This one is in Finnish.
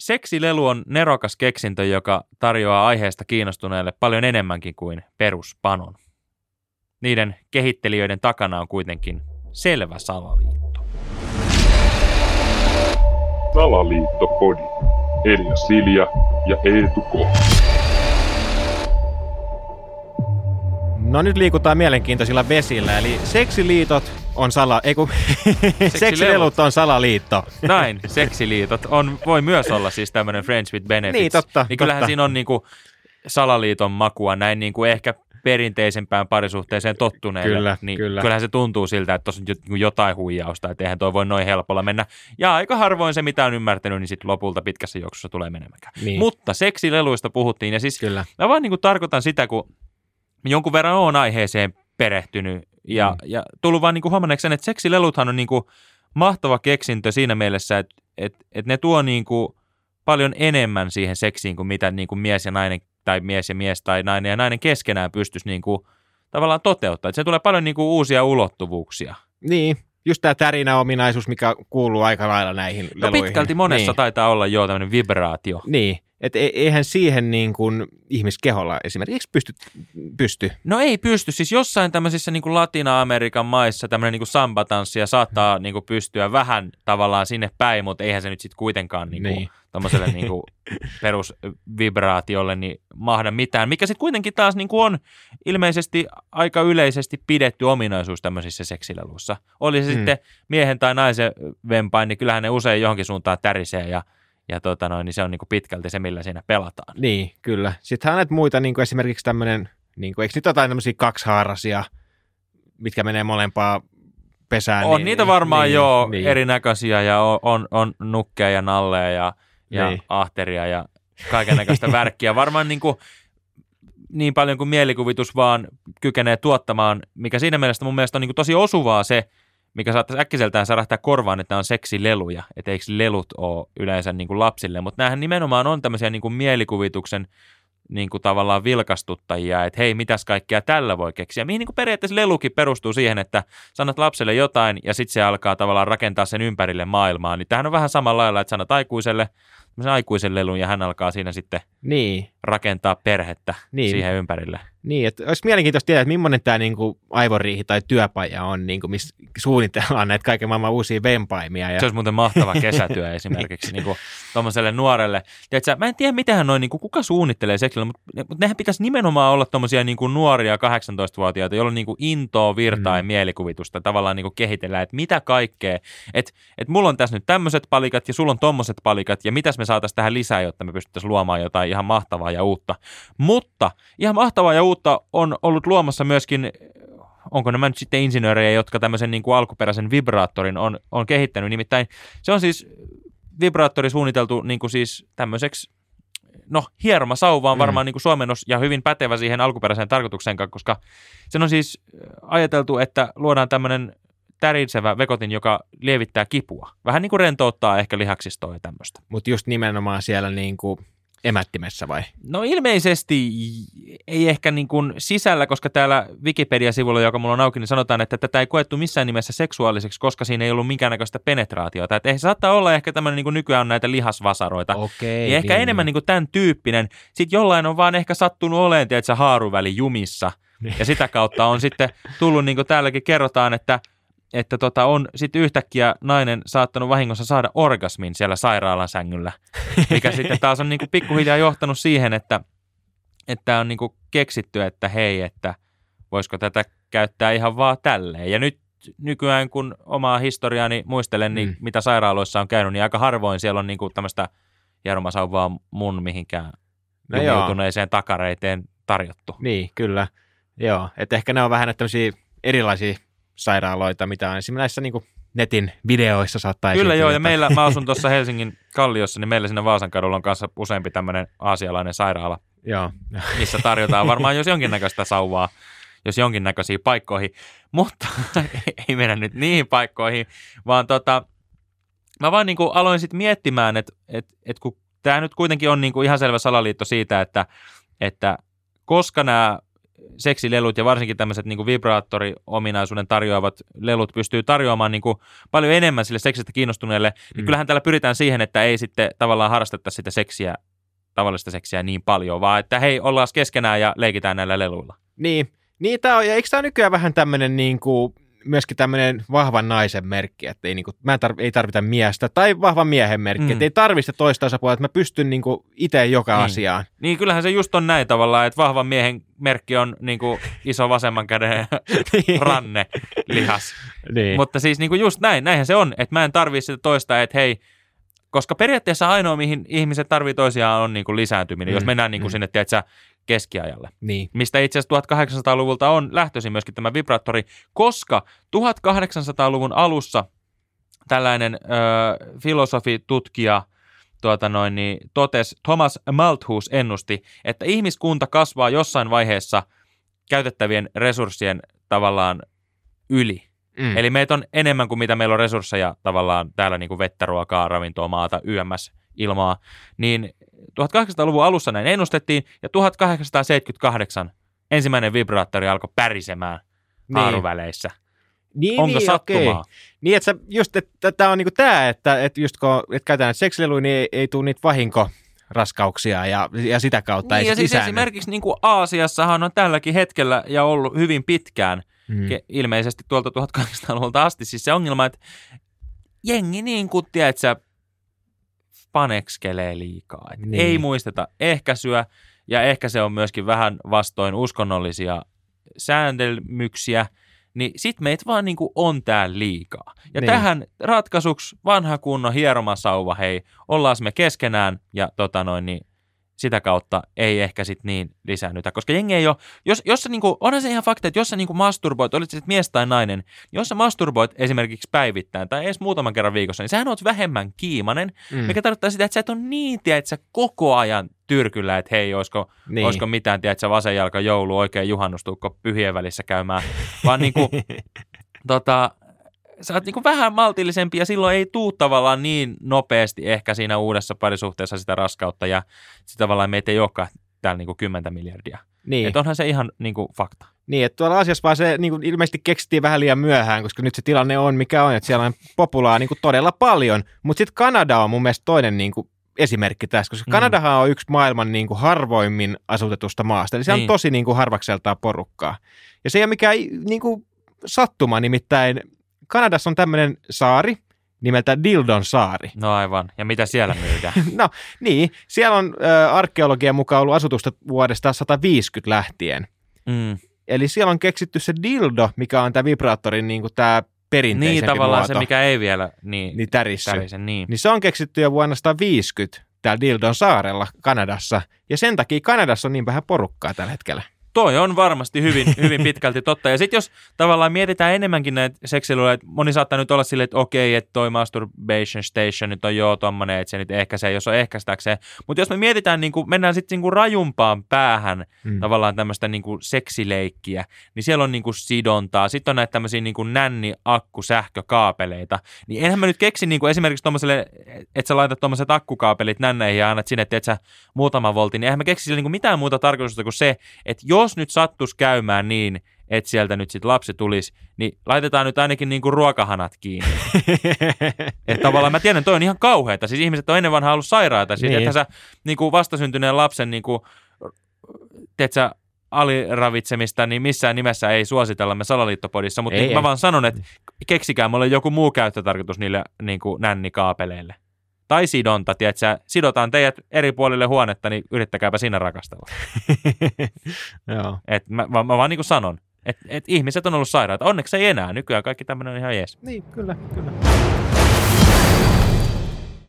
seksilelu on nerokas keksintö, joka tarjoaa aiheesta kiinnostuneelle paljon enemmänkin kuin peruspanon. Niiden kehittelijöiden takana on kuitenkin selvä salaliitto. Salaliittopodi. Elia Silja ja Eetu K. No nyt liikutaan mielenkiintoisilla vesillä, eli seksiliitot on seksilelut on salaliitto. Näin, seksiliitot voi myös olla siis tämmöinen Friends with Benefits. Niin, totta. Niin kyllähän siinä on niinku salaliiton makua näin niinku ehkä perinteisempään parisuhteeseen tottuneelle. Kyllähän se tuntuu siltä, että tuossa on jotain huijausta, että eihän toi voi noin helpolla mennä. Ja aika harvoin se, mitä on ymmärtänyt, niin sitten lopulta pitkässä juoksussa tulee menemäkään. Niin. Mutta seksileluista puhuttiin, ja siis mä vaan niinku tarkoitan sitä, kun jonkun verran on aiheeseen perehtynyt ja tullut vaan niinku huomanneeksi sen, että seksileluthan on niinku mahtava keksintö siinä mielessä, että ne tuo niinku paljon enemmän siihen seksiin kuin mitä niinku mies ja nainen tai mies ja mies tai nainen ja nainen keskenään pystyisi niinku tavallaan toteuttaa. Että se tulee paljon niinku uusia ulottuvuuksia. Niin, just tämä tärinäominaisuus, mikä kuuluu aika lailla näihin leluihin. No pitkälti monessa taitaa olla jo tämmöinen vibraatio. Niin, että eihän siihen niin kuin ihmiskeholla esimerkiksi pysty. No ei pysty. Siis jossain tämmöisissä niin kuin Latina-Amerikan maissa tämmöinen niin kuin sambatanssia saattaa niin kuin pystyä vähän tavallaan sinne päin, mutta eihän se nyt sitten kuitenkaan niin kuin tommoselle niin kuin perusvibraatiolle niin mahda mitään. Mikä sitten kuitenkin taas niin kuin on ilmeisesti aika yleisesti pidetty ominaisuus tämmöisissä seksileluissa. Oli se sitten miehen tai naisen vempain, niin kyllähän ne usein johonkin suuntaan tärisee ja niin se on niinku pitkälti se, millä siinä pelataan. Niin, kyllä. Sittenhän on näitä muita, niin kuin esimerkiksi tämmöinen, niin kuin, eikö nyt jotain tämmöisiä kaksihaarasia, mitkä menee molempaa pesään? On niitä varmaan erinäköisiä ja on nukkeja ja nalleja ja ahteria ja kaikennäköistä värkkiä. Varmaan niin paljon kuin mielikuvitus vaan kykenee tuottamaan, mikä siinä mielessä mun mielestä on niin tosi osuvaa se, mikä saattaisi äkkiseltään särähtää korvaan, että on seksileluja, että eikö lelut ole yleensä niin kuin lapsille, mutta näähän nimenomaan on tämmöisiä niin kuin mielikuvituksen niin kuin tavallaan vilkastuttajia, että hei, mitäs kaikkea tällä voi keksiä. Mihin niin kuin periaatteessa lelukin perustuu siihen, että sanot lapselle jotain ja sitten se alkaa tavallaan rakentaa sen ympärille maailmaa, niin tämähän on vähän samalla lailla, että sanot aikuisen lelun ja hän alkaa siinä sitten rakentaa perhettä siihen ympärille. Niin, että olisi mielenkiintoista tietää, että millainen tämä niinku aivoriihi tai työpaja on, niinku, missä suunnitellaan näitä kaiken maailman uusia vempaimia. Se olisi muuten mahtava kesätyö esimerkiksi niinku, tuommoiselle nuorelle. Tiedätkö, mä en tiedä, mitähän noin, niinku, kuka suunnittelee seksillä, mutta nehän pitäisi nimenomaan olla tuommoisia niinku, nuoria 18-vuotiaita, joilla on niinku, intoa, virtaa ja mielikuvitusta tavallaan niinku, kehitellään, että mitä kaikkea. Että mulla on tässä nyt tämmöiset palikat ja sulla on tommoset palikat ja mitäs me saataisiin tähän lisää, jotta me pystyttäisiin luomaan jotain ihan mahtavaa ja uutta. Mutta ihan mahtavaa ja uutta on ollut luomassa myöskin, onko nämä nyt sitten insinöörejä, jotka tämmöisen niin kuin alkuperäisen vibraattorin on kehittänyt. Nimittäin se on siis vibraattori suunniteltu niin kuin siis tämmöiseksi, hieromasauva on varmaan niin kuin suomennos ja hyvin pätevä siihen alkuperäiseen tarkoitukseen, koska sen on siis ajateltu, että luodaan tämmöinen tärisevä vekotin, joka lievittää kipua. Vähän niin kuin rentouttaa ehkä lihaksistoa ja tämmöistä. Mutta just nimenomaan siellä niin kuin emättimessä vai? No ilmeisesti ei ehkä niin kuin sisällä, koska täällä Wikipedia-sivulla, joka mulla on auki, niin sanotaan, että tätä ei koettu missään nimessä seksuaaliseksi, koska siinä ei ollut minkäännäköistä penetraatiota. Että saattaa olla ehkä tämmöinen, niin kuin nykyään on näitä lihasvasaroita. Okei, ja ehkä enemmän niin kuin tämän tyyppinen. Sitten jollain on vaan ehkä sattunut olemaan, tiedätkö, haaruväli jumissa. Ja sitä kautta on sitten tullut, niin kuin täälläkin kerrotaan, että on sitten yhtäkkiä nainen saattanut vahingossa saada orgasmin siellä sairaalan sängyllä, mikä sitten taas on niinku pikkuhiljaa johtanut siihen, että on niinku keksitty, että hei, että voisiko tätä käyttää ihan vaan tälleen. Ja nyt nykyään, kun omaa historiaani muistelen, niin mitä sairaaloissa on käynyt, niin aika harvoin siellä on niinku tämmöistä hieromasauvaa mun mihinkään jumiutuneeseen takareiteen tarjottu. Niin, kyllä. Joo, että ehkä ne on vähän tämmöisiä erilaisia sairaaloita, mitä on esimerkiksi näissä niin kuin netin videoissa saattaa Kyllä joo, ja mä asun tuossa Helsingin Kalliossa, niin meillä siinä Vaasankadulla on kanssa useampi tämmöinen aasialainen sairaala, missä tarjotaan varmaan jos jonkinnäköistä sauvaa, jos jonkinnäköisiä paikkoihin, mutta ei mennä nyt niihin paikkoihin, vaan mä vaan niin kuin aloin sitten miettimään, että kun tämä nyt kuitenkin on niin kuin ihan selvä salaliitto siitä, että koska nämä seksilelut ja varsinkin tämmöiset niin kuin vibraattori-ominaisuuden tarjoavat lelut pystyy tarjoamaan niin kuin paljon enemmän sille seksistä kiinnostuneelle, niin kyllähän täällä pyritään siihen, että ei sitten tavallaan harrastettaisi sitä seksiä, tavallista seksiä niin paljon, vaan että hei, ollaan keskenään ja leikitään näillä leluilla. Niin tämä on, ja eikö tämä nykyään vähän tämmöinen niin kuin myöskin tämmöinen vahvan naisen merkki, että ei, niin kuin, ei tarvita miestä, tai vahvan miehen merkki, että ei tarvitse toista osapuolta, että mä pystyn niin kuin itse joka asiaan. Niin, kyllähän se just on näin tavallaan, että vahvan miehen merkki on niin kuin iso vasemman käden ranne lihas. Niin. Mutta siis niin kuin just näinhän se on, että mä en tarvitse sitä toista, että hei, koska periaatteessa ainoa, mihin ihmiset tarvitsee toisiaan, on niin kuin lisääntyminen, jos mennään niin kuin sinne, tiedätkö, keskiajalle, mistä itse asiassa 1800-luvulta on lähtöisin myöskin tämä vibraattori, koska 1800-luvun alussa tällainen filosofitutkija totesi, Thomas Malthus ennusti, että ihmiskunta kasvaa jossain vaiheessa käytettävien resurssien tavallaan yli. Eli meitä on enemmän kuin mitä meillä on resursseja tavallaan täällä niin kuin vettä, ruokaa, ravintoa, maata, YMS, ilmaa, niin 1800-luvun alussa näin ennustettiin, ja 1878 ensimmäinen vibraattori alkoi pärisemään haaruväleissä. Onko sattumaa? Okei. Niin, että just, että tämä on niinku tämä, että just kun käytetään seksileluja, niin ei tule niitä vahinkoraskauksia ja sitä kautta niin, ei ja siis lisäänny. esimerkiksi niin kuin Aasiassahan on tälläkin hetkellä ja ollut hyvin pitkään, ilmeisesti tuolta 1800-luvulta asti, siis se ongelma, että jengi niin kuin, tiedätkö, panekskelee liikaa. Ei muisteta ehkäisyä, ja ehkä se on myöskin vähän vastoin uskonnollisia sääntelmyksiä, niin sit meitä vaan niinku on täällä liikaa. Ja tähän ratkaisuksi vanha kunnon hieromasauva, hei, ollaan me keskenään, ja sitä kautta ei ehkä sit niin lisäännytä, koska jengi ei ole, jos sä niinku, onhan se ihan fakta, että jos sä niinku masturboit, olit se sit mies tai nainen, niin jos sä masturboit esimerkiksi päivittäin tai edes muutaman kerran viikossa, niin sähän oot vähemmän kiimainen, mikä tarkoittaa sitä, että sä et ole niin, tiedät sä koko ajan tyrkyllä, että hei, olisiko mitään, tiedät sä vasen jalka joulu, oikein juhannustuukko pyhien välissä käymään, vaan niinku, sä oot niinku vähän maltillisempi ja silloin ei tuu tavallaan niin nopeasti ehkä siinä uudessa parisuhteessa sitä raskautta ja sitä tavallaan meitä ei olekaan täällä niinku 10 miljardia. Niin. Että onhan se ihan niinku fakta. Niin, että tuolla asiassa vaan se niinku ilmeisesti keksittiin vähän liian myöhään, koska nyt se tilanne on mikä on, että siellä on populaa niinku todella paljon, mutta sitten Kanada on mun mielestä toinen niinku esimerkki tässä, koska Kanadahan on yksi maailman niinku harvoimmin asutetusta maasta, eli se on tosi niinku harvakseltaan porukkaa. Ja se ei ole mikään niinku sattuma, nimittäin Kanadassa on tämmöinen saari nimeltä Dildon saari. No aivan. Ja mitä siellä myydään? No niin, siellä on arkeologian mukaan ollut asutusta vuodesta 150 lähtien. Eli siellä on keksitty se dildo, mikä on tämä vibraattorin niin kuin tämä perinteisempi niin, tavallaan muoto. Se, mikä ei vielä niin tärissy. Niin Se on keksitty jo vuonna 150 täällä Dildon saarella Kanadassa. Ja sen takia Kanadassa on niin vähän porukkaa tällä hetkellä. Toi on varmasti hyvin pitkälti totta. Ja sitten jos tavallaan mietitään enemmänkin näitä seksiluja, että moni saattaa nyt olla silleen, että okei, että toi masturbation station nyt on tommonen, että se nyt ehkäisee, jos on ehkäistäkseen. Mutta jos me mietitään, niin kuin, mennään sitten niin kuin rajumpaan päähän tavallaan tämmöistä niin kuin seksileikkiä, niin siellä on niin kuin sidontaa. Sitten on näitä tämmöisiä niin kuin nänni-akku-sähkökaapeleita. Niin enhän mä nyt keksi niin kuin esimerkiksi tommoselle, että sä laitat tommoset akkukaapelit nänneihin ja annat sinne, että sä muutaman voltin, niin eihän mä keksi sille niin kuin mitään muuta tarkoitusta kuin se, että jos nyt sattuisi käymään niin, että sieltä nyt sitten lapsi tulisi, niin laitetaan nyt ainakin niinku ruokahanat kiinni. Että tavallaan mä tiedän, toi on ihan kauheata. Siis ihmiset on ennen vanhaa ollut sairaita. Siis että sä niinku vastasyntyneen lapsen niinku, tiedätkö, aliravitsemista, niin missään nimessä ei suositella me Salaliittopodissa, mutta niin mä vaan sanon, että keksikää mulle joku muu käyttötarkoitus niille niinku nännikaapeleille. Tai sidonta, tiedätkö, sidotaan teidät eri puolille huonetta, niin yrittäkääpä siinä rakastella. Joo. Mä vaan niin kuin sanon, että ihmiset on ollut sairaita. Onneksi ei enää. Nykyään kaikki tämmöinen on ihan jees. Niin, kyllä.